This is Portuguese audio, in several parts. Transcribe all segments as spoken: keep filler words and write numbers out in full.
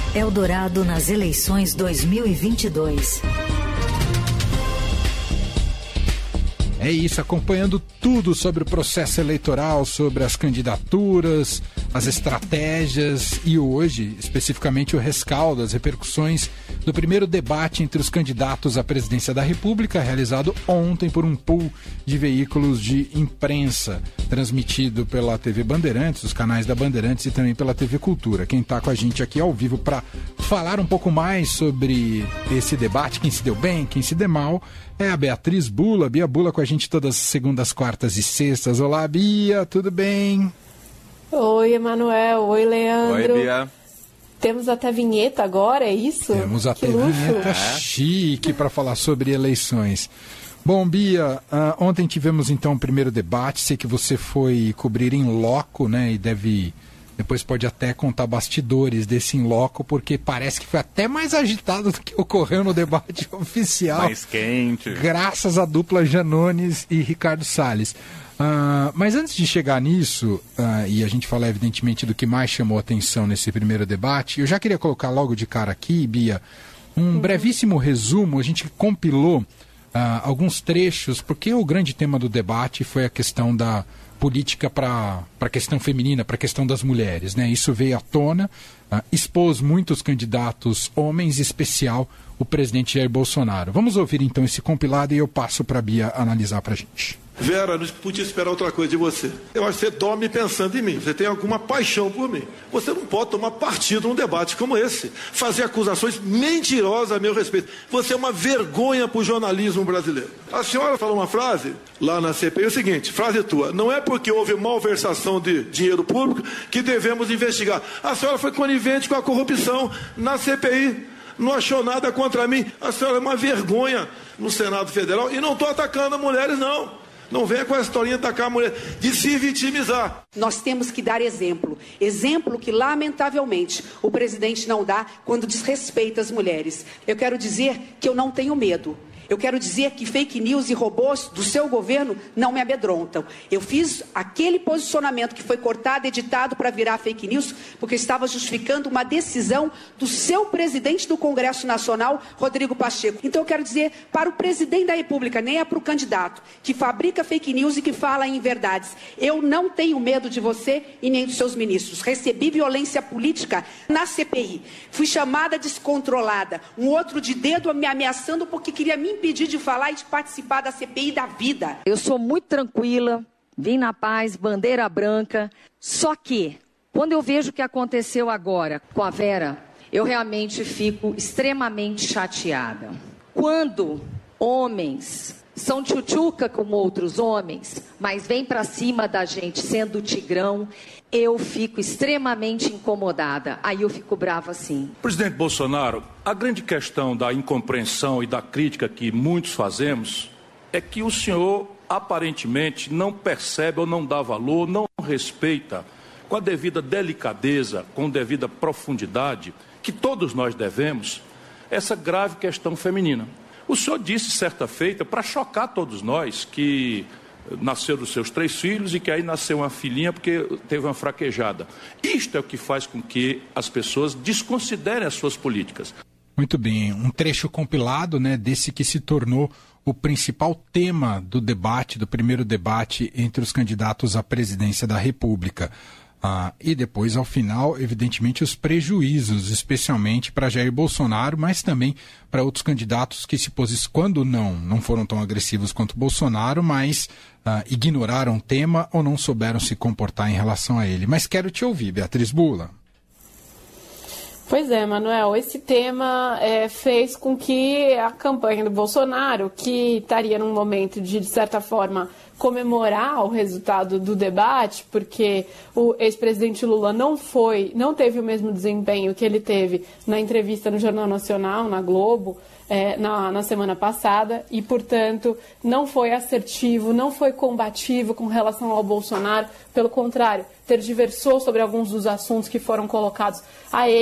Eldorado nas eleições dois mil e vinte e dois. É isso, acompanhando tudo sobre o processo eleitoral, sobre as candidaturas, as estratégias e hoje, especificamente, o rescaldo, as repercussões do primeiro debate entre os candidatos à presidência da República, realizado ontem por um pool de veículos de imprensa, transmitido pela T V Bandeirantes, os canais da Bandeirantes e também pela T V Cultura. Quem está com a gente aqui ao vivo para falar um pouco mais sobre esse debate, quem se deu bem, quem se deu mal, é a Beatriz Bula. Bia Bula com a gente todas as segundas, quartas e sextas. Olá, Bia, tudo bem? Oi, Emanuel. Oi, Leandro. Oi, Bia. Temos até vinheta agora, é isso? Temos até vinheta chique para falar sobre eleições. Bom, Bia, uh, ontem tivemos então o primeiro debate. Sei que você foi cobrir em loco, né? E deve... Depois pode até contar bastidores desse in loco, porque parece que foi até mais agitado do que ocorreu no debate oficial. Mais quente. Graças à dupla Janones e Ricardo Salles. Uh, mas antes de chegar nisso, uh, e a gente falar evidentemente do que mais chamou atenção nesse primeiro debate, eu já queria colocar logo de cara aqui, Bia, um uhum. brevíssimo resumo. A gente compilou uh, alguns trechos, porque o grande tema do debate foi a questão da política para a questão feminina, para a questão das mulheres, né? Isso veio à tona, uh, expôs muitos candidatos homens, em especial o presidente Jair Bolsonaro. Vamos ouvir então esse compilado e eu passo para a Bia analisar para a gente. Vera, não podia esperar outra coisa de você. Eu acho que você dorme pensando em mim, você tem alguma paixão por mim. Você não pode tomar partido num debate como esse, fazer acusações mentirosas a meu respeito. Você é uma vergonha para o jornalismo brasileiro. A senhora falou uma frase lá na C P I, o seguinte, frase tua: não é porque houve malversação de dinheiro público que devemos investigar. A senhora foi conivente com a corrupção na C P I. Não achou nada contra mim. A senhora é uma vergonha no Senado Federal. E não estou atacando as mulheres, não. Não venha com a historinha de atacar a mulher, de se vitimizar. Nós temos que dar exemplo. Exemplo que, lamentavelmente, o presidente não dá quando desrespeita as mulheres. Eu quero dizer que eu não tenho medo. Eu quero dizer que fake news e robôs do seu governo não me amedrontam. Eu fiz aquele posicionamento que foi cortado, editado para virar fake news, porque estava justificando uma decisão do seu presidente do Congresso Nacional, Rodrigo Pacheco. Então eu quero dizer para o presidente da República, nem é para o candidato, que fabrica fake news e que fala em verdades: eu não tenho medo de você e nem dos seus ministros. Recebi violência política na C P I. Fui chamada descontrolada. Um outro de dedo me ameaçando porque queria me impedir de falar e de participar da C P I da vida. Eu sou muito tranquila, vim na paz, bandeira branca, só que quando eu vejo o que aconteceu agora com a Vera, eu realmente fico extremamente chateada. Quando homens são tchutchuca com outros homens, mas vêm para cima da gente sendo tigrão, eu fico extremamente incomodada. Aí eu fico brava assim. Presidente Bolsonaro, a grande questão da incompreensão e da crítica que muitos fazemos é que o senhor aparentemente não percebe ou não dá valor, não respeita com a devida delicadeza, com devida profundidade, que todos nós devemos, essa grave questão feminina. O senhor disse certa feita, para chocar todos nós, que nasceu dos seus três filhos e que aí nasceu uma filhinha porque teve uma fraquejada. Isto é o que faz com que as pessoas desconsiderem as suas políticas. Muito bem, um trecho compilado, né, desse que se tornou o principal tema do debate, do primeiro debate entre os candidatos à presidência da República. Ah, e depois, ao final, evidentemente, os prejuízos, especialmente para Jair Bolsonaro, mas também para outros candidatos que se posicionam, quando não, não foram tão agressivos quanto Bolsonaro, mas ah, ignoraram o tema ou não souberam se comportar em relação a ele. Mas quero te ouvir, Beatriz Bula. Pois é, Manuel, esse tema é, fez com que a campanha do Bolsonaro, que estaria num momento de, de certa forma, comemorar o resultado do debate, porque o ex-presidente Lula não foi, não teve o mesmo desempenho que ele teve na entrevista no Jornal Nacional, na Globo, é, na, na semana passada, e, portanto, não foi assertivo, não foi combativo com relação ao Bolsonaro, pelo contrário, tergiversou sobre alguns dos assuntos que foram colocados a ele.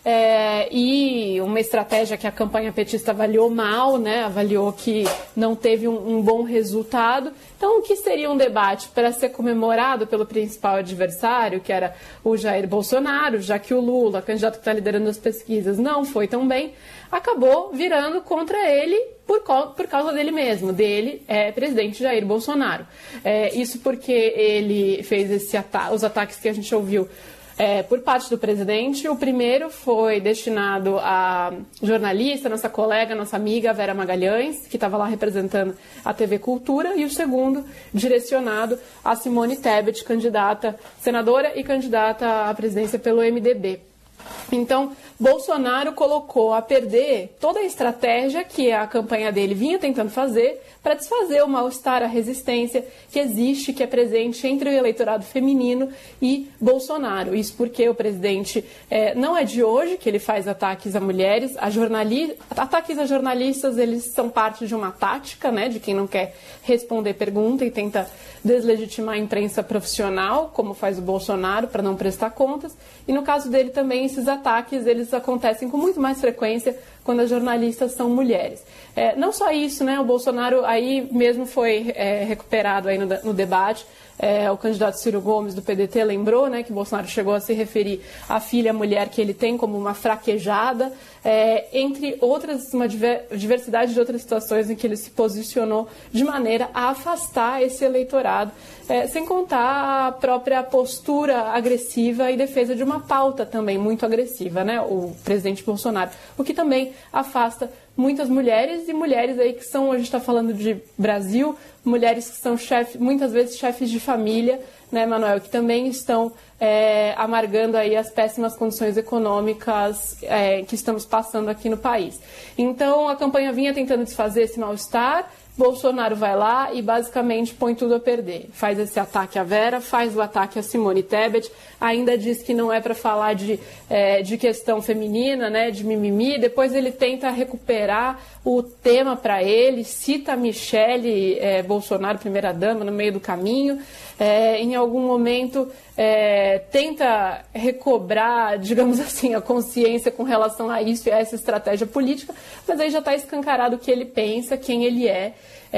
É, e uma estratégia que a campanha petista avaliou mal, né? Avaliou que não teve um, um bom resultado. Então, o que seria um debate para ser comemorado pelo principal adversário, que era o Jair Bolsonaro, já que o Lula, candidato que está liderando as pesquisas, não foi tão bem, acabou virando contra ele por, por causa dele mesmo, dele, é, presidente Jair Bolsonaro. É, isso porque ele fez esse ata- os ataques que a gente ouviu É, por parte do presidente. O primeiro foi destinado à jornalista, nossa colega, nossa amiga Vera Magalhães, que estava lá representando a T V Cultura, e o segundo direcionado a Simone Tebet, candidata, senadora e candidata à presidência pelo M D B. Então, Bolsonaro colocou a perder toda a estratégia que a campanha dele vinha tentando fazer para desfazer o mal-estar, a resistência que existe, que é presente entre o eleitorado feminino e Bolsonaro. Isso porque o presidente é, não é de hoje que ele faz ataques a mulheres, a jornali... ataques a jornalistas, eles são parte de uma tática, né, de quem não quer responder pergunta e tenta deslegitimar a imprensa profissional, como faz o Bolsonaro, para não prestar contas. E no caso dele também, esses ataques, eles acontecem com muito mais frequência quando as jornalistas são mulheres. É, não só isso, né? O Bolsonaro aí mesmo foi é, recuperado aí no, no debate. É, o candidato Ciro Gomes, do P D T, lembrou, né, que Bolsonaro chegou a se referir à filha mulher que ele tem como uma fraquejada, é, entre outras, uma diver, diversidade de outras situações em que ele se posicionou de maneira a afastar esse eleitorado, é, sem contar a própria postura agressiva e defesa de uma pauta também muito agressiva, né, o presidente Bolsonaro, o que também afasta muitas mulheres e mulheres aí que são, a gente está falando de Brasil, mulheres que são chefes, muitas vezes chefes de família, né, Manuel, que também estão é, amargando aí as péssimas condições econômicas é, que estamos passando aqui no país. Então, a campanha vinha tentando desfazer esse mal-estar. Bolsonaro vai lá e basicamente põe tudo a perder. Faz esse ataque à Vera, faz o ataque a Simone Tebet, ainda diz que não é para falar de, é, de questão feminina, né, de mimimi. Depois ele tenta recuperar o tema para ele, cita a Michele é, Bolsonaro, primeira-dama, no meio do caminho. É, em algum momento é, tenta recobrar, digamos assim, a consciência com relação a isso e a essa estratégia política, mas aí já está escancarado o que ele pensa, quem ele é,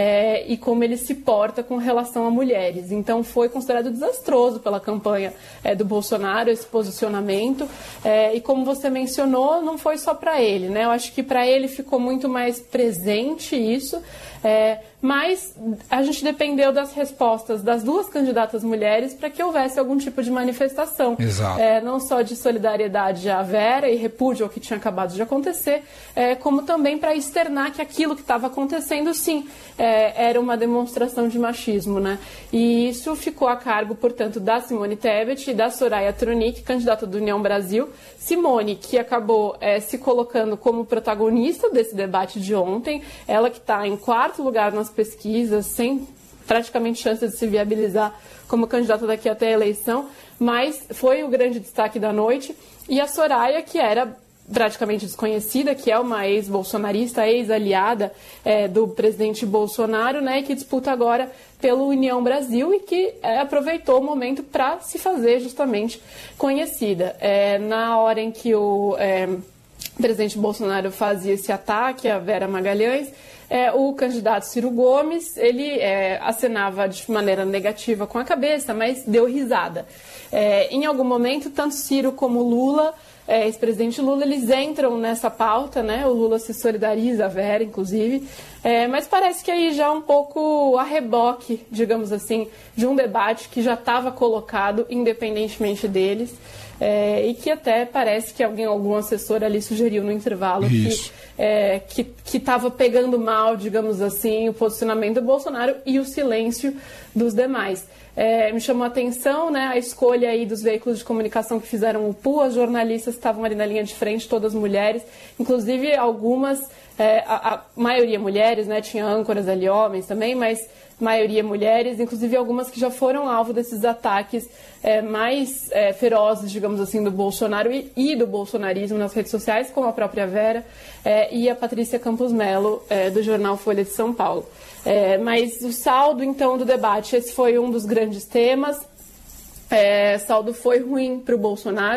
é e como ele se porta com relação a mulheres. Então foi considerado desastroso pela campanha é, do Bolsonaro esse posicionamento, é, e como você mencionou, não foi só para ele, né? Eu acho que para ele ficou muito mais presente isso, é, mas a gente dependeu das respostas das duas candidatas mulheres para que houvesse algum tipo de manifestação. Exato. É, não só de solidariedade à Vera e repúdio ao que tinha acabado de acontecer, é, como também para externar que aquilo que estava acontecendo, sim, é, era uma demonstração de machismo, né? E isso ficou a cargo, portanto, da Simone Tebet e da Soraya Tronic, candidata do União Brasil. Simone, que acabou é, se colocando como protagonista desse debate de ontem, ela que está em quarto lugar nas pesquisas, sem praticamente chance de se viabilizar como candidata daqui até a eleição, mas foi o grande destaque da noite. E a Soraya, que era praticamente desconhecida, que é uma ex-bolsonarista, ex-aliada é, do presidente Bolsonaro, né, que disputa agora pelo União Brasil e que é, aproveitou o momento para se fazer justamente conhecida. É, na hora em que o é, presidente Bolsonaro fazia esse ataque à Vera Magalhães, É, o candidato Ciro Gomes, ele é, acenava de maneira negativa com a cabeça, mas deu risada. É, em algum momento, tanto Ciro como Lula, é, ex-presidente Lula, eles entram nessa pauta, né? O Lula se solidariza, a Vera, inclusive, é, mas parece que aí já um pouco a reboque, digamos assim, de um debate que já estava colocado, independentemente deles, é, e que até parece que alguém, algum assessor ali sugeriu no intervalo Isso. que é, que estava pegando mal, digamos assim, o posicionamento do Bolsonaro e o silêncio dos demais. É, me chamou a atenção, né, a escolha aí dos veículos de comunicação que fizeram o P U, as jornalistas que estavam ali na linha de frente, todas mulheres, inclusive algumas, é, a, a maioria mulheres, né, tinha âncoras ali, homens também, mas maioria mulheres, inclusive algumas que já foram alvo desses ataques é, mais é, ferozes, digamos assim, do Bolsonaro e, e do bolsonarismo nas redes sociais, como a própria Vera é, e a Patrícia Campos Melo, é, do jornal Folha de São Paulo. É, mas o saldo, então, do debate, esse foi um dos grandes temas. É, saldo foi ruim para o Bolsonaro.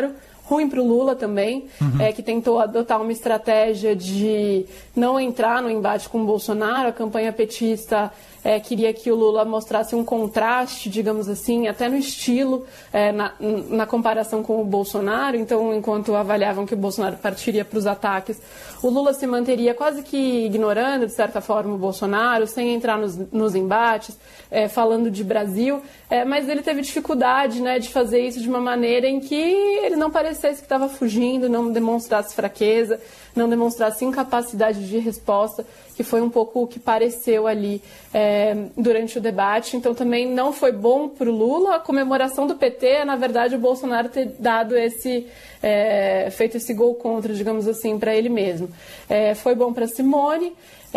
ruim para o Lula também, uhum. é, que tentou adotar uma estratégia de não entrar no embate com o Bolsonaro. A campanha petista é, queria que o Lula mostrasse um contraste, digamos assim, até no estilo, é, na, na comparação com o Bolsonaro. Então, enquanto avaliavam que o Bolsonaro partiria para os ataques, o Lula se manteria quase que ignorando, de certa forma, o Bolsonaro, sem entrar nos, nos embates, é, falando de Brasil, é, mas ele teve dificuldade, né, de fazer isso de uma maneira em que ele não parecesse que estava fugindo, não demonstrasse fraqueza, não demonstrasse incapacidade de resposta, que foi um pouco o que pareceu ali é, durante o debate. Então também não foi bom para o Lula. A comemoração do P T é, na verdade, o Bolsonaro ter dado esse, é, feito esse gol contra, digamos assim, para ele mesmo. É, foi bom para Simone,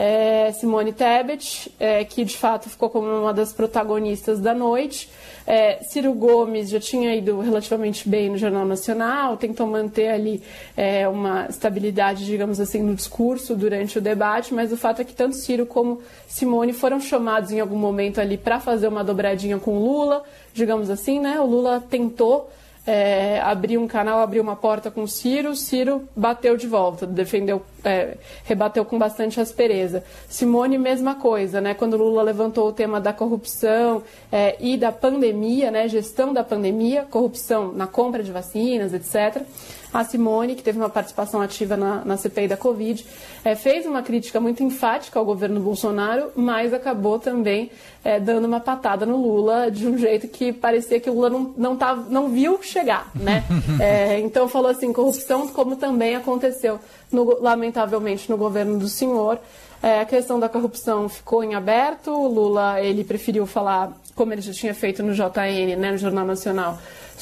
é, Simone Tebet, é, que de fato ficou como uma das protagonistas da noite. É, Ciro Gomes já tinha ido relativamente bem no Jornal Nacional, tentou manter ali é, uma estabilidade, digamos assim, no discurso durante o debate, mas o fato é que tanto Ciro como Simone foram chamados em algum momento ali para fazer uma dobradinha com o Lula, digamos assim, né? O Lula tentou É, abrir um canal, abrir uma porta com o Ciro, Ciro bateu de volta, defendeu, é, rebateu com bastante aspereza. Simone, mesma coisa, né? Quando o Lula levantou o tema da corrupção é, e da pandemia, né? Gestão da pandemia, corrupção na compra de vacinas, etcétera. A Simone, que teve uma participação ativa na, na C P I da Covid, é, fez uma crítica muito enfática ao governo Bolsonaro, mas acabou também é, dando uma patada no Lula de um jeito que parecia que o Lula não, não, tava, não viu chegar, né? É, então falou assim, corrupção, como também aconteceu, no, lamentavelmente, no governo do senhor. É, a questão da corrupção ficou em aberto, o Lula ele preferiu falar, como ele já tinha feito no J N, né, no Jornal Nacional,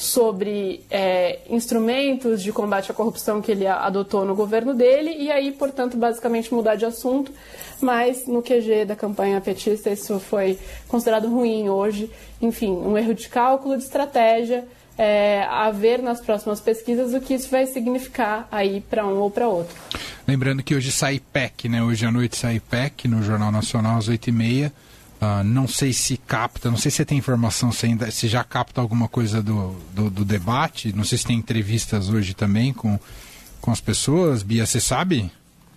sobre é, instrumentos de combate à corrupção que ele adotou no governo dele, e aí, portanto, basicamente mudar de assunto, mas no Q G da campanha petista isso foi considerado ruim hoje. Enfim, um erro de cálculo, de estratégia, é, a ver nas próximas pesquisas o que isso vai significar aí para um ou para outro. Lembrando que hoje sai P E C, né? Hoje à noite sai P E C no Jornal Nacional às oito e meia. Uh, não sei se capta, não sei se você tem informação, se, ainda, se já capta alguma coisa do, do, do debate, não sei se tem entrevistas hoje também com, com as pessoas. Bia, você sabe?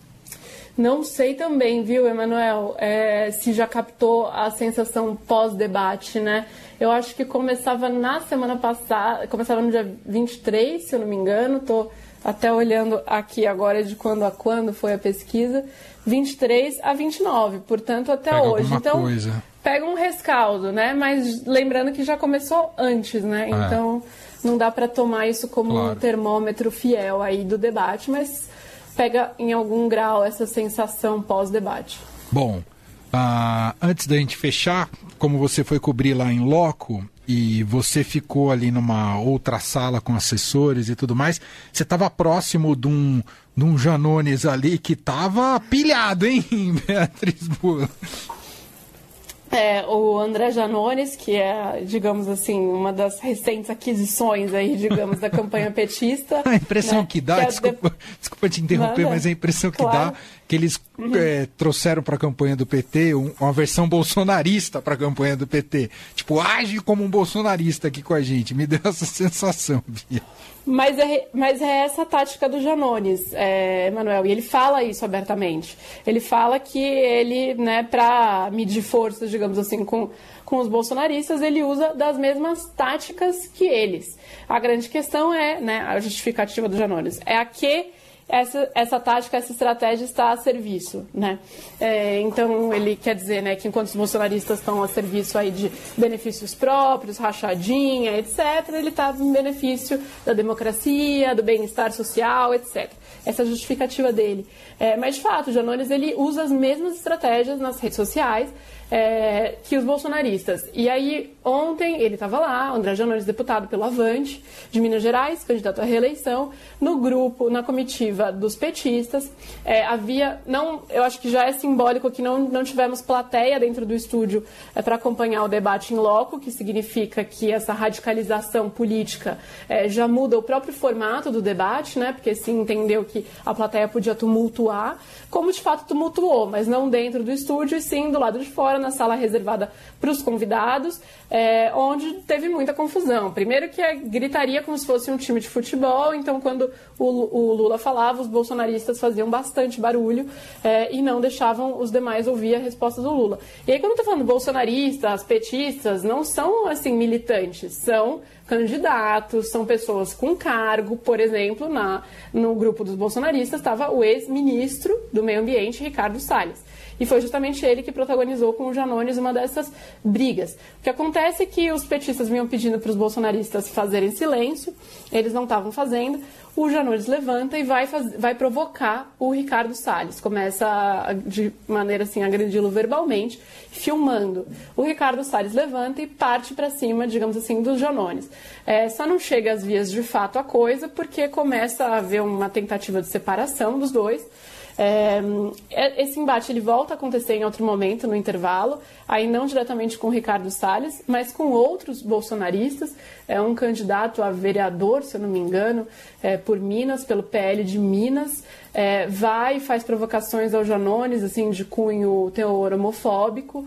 Não sei também, viu, Emanuel, é, se já captou a sensação pós-debate, né? Eu acho que começava na semana passada, começava no dia vinte e três, se eu não me engano, estou até olhando aqui agora de quando a quando foi a pesquisa, vinte e três a vinte e nove, portanto até pega hoje. Então coisa. Pega um rescaldo, né? Mas lembrando que já começou antes, né? É. Então não dá para tomar isso como claro. um termômetro fiel aí do debate, mas pega em algum grau essa sensação pós-debate. Bom, uh, antes da gente fechar, como você foi cobrir lá em loco e você ficou ali numa outra sala com assessores e tudo mais, você estava próximo de um, de um Janones ali que estava pilhado, hein, Beatriz Bula? É, o André Janones, que é, digamos assim, uma das recentes aquisições aí, digamos, da campanha petista. A impressão né, que dá, que desculpa, de... desculpa te interromper, Nada. mas a impressão que claro. dá que eles uhum. é, trouxeram para a campanha do P T um, uma versão bolsonarista para a campanha do P T. Tipo, age como um bolsonarista aqui com a gente. Me deu essa sensação, Bia. Mas é, mas é essa a tática do Janones, é, Emanuel, e ele fala isso abertamente. Ele fala que ele, né, para medir forças, digamos assim, com, com os bolsonaristas, ele usa das mesmas táticas que eles. A grande questão é, né, a justificativa do Janones, é a que essa, essa tática, essa estratégia está a serviço, né? É, então, ele quer dizer, né, que enquanto os bolsonaristas estão a serviço aí de benefícios próprios, rachadinha, etcétera, ele está em benefício da democracia, do bem-estar social, etcétera. Essa é a justificativa dele. É, mas, de fato, o Janones, ele usa as mesmas estratégias nas redes sociais é, que os bolsonaristas. E aí, ontem, ele estava lá, André Janones, deputado pelo Avante, de Minas Gerais, candidato à reeleição, no grupo, na comitiva dos petistas. É, havia, não, eu acho que já é simbólico que não, não tivemos plateia dentro do estúdio é, para acompanhar o debate em loco, que significa que essa radicalização política é, já muda o próprio formato do debate, né, porque se entendeu que a plateia podia tumultuar, como de fato tumultuou, mas não dentro do estúdio, e sim do lado de fora, na sala reservada para os convidados, é, onde teve muita confusão. Primeiro que é gritaria como se fosse um time de futebol, então quando o, o Lula falava, os bolsonaristas faziam bastante barulho é, e não deixavam os demais ouvir a resposta do Lula. E aí quando eu estou falando bolsonaristas, petistas, não são assim militantes, são candidatos, são pessoas com cargo. Por exemplo, na, no grupo dos bolsonaristas estava o ex-ministro do Meio Ambiente, Ricardo Salles. E foi justamente ele que protagonizou com o Janones uma dessas brigas. O que acontece é que os petistas vinham pedindo para os bolsonaristas fazerem silêncio, eles não estavam fazendo. O Janones levanta e vai, faz, vai provocar o Ricardo Salles. Começa a, de maneira assim, agredi-lo verbalmente, filmando. O Ricardo Salles levanta e parte para cima, digamos assim, dos Janones. É, só não chega às vias de fato a coisa, porque começa a haver uma tentativa de separação dos dois. É, esse embate ele volta a acontecer em outro momento, no intervalo, aí não diretamente com o Ricardo Salles, mas com outros bolsonaristas. É um candidato a vereador, se eu não me engano, é, por Minas, pelo P L de Minas, é, vai e faz provocações ao Janones, assim, de cunho teor homofóbico.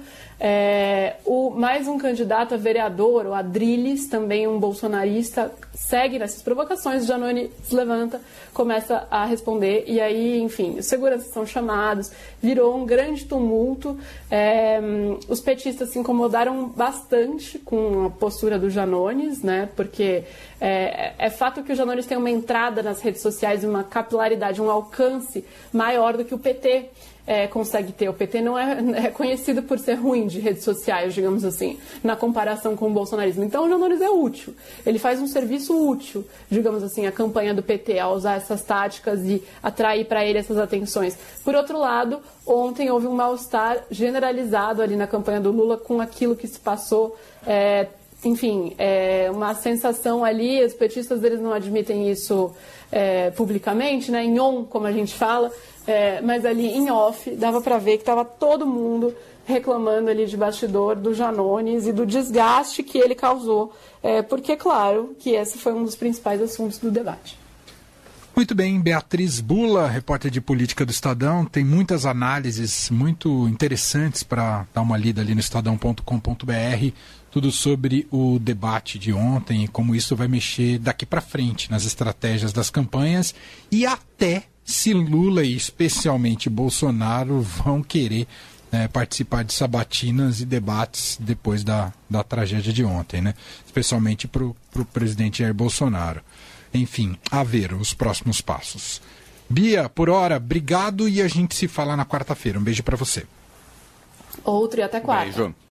É, o, mais um candidato a vereador, o Adriles, também um bolsonarista, segue nessas provocações. O Janones levanta, começa a responder, e aí, enfim, os seguranças são chamados, virou um grande tumulto. É, os petistas se incomodaram bastante com a postura do Janones, né, porque é, é fato que o Janones tem uma entrada nas redes sociais, uma capilaridade, um alcance maior do que o P T É, consegue ter. O P T não é, é conhecido por ser ruim de redes sociais, digamos assim, na comparação com o bolsonarismo. Então o Janones é útil. Ele faz um serviço útil, digamos assim, a campanha do P T, a usar essas táticas e atrair para ele essas atenções. Por outro lado, ontem houve um mal-estar generalizado ali na campanha do Lula com aquilo que se passou. É, enfim, é uma sensação ali, os petistas eles não admitem isso é, publicamente, né, em on, como a gente fala, é, mas ali em off dava para ver que estava todo mundo reclamando ali de bastidor do Janones e do desgaste que ele causou, é, porque claro que esse foi um dos principais assuntos do debate. Muito bem, Beatriz Bula, repórter de política do Estadão, tem muitas análises muito interessantes para dar uma lida ali no estadão ponto com ponto b r, tudo sobre o debate de ontem e como isso vai mexer daqui para frente nas estratégias das campanhas e até se Lula e especialmente Bolsonaro vão querer né, participar de sabatinas e debates depois da, da tragédia de ontem, né? Especialmente para o presidente Jair Bolsonaro. Enfim, a ver os próximos passos. Bia, por hora, obrigado e a gente se fala na quarta-feira. Um beijo para você. Outro e até quarta. Beijo.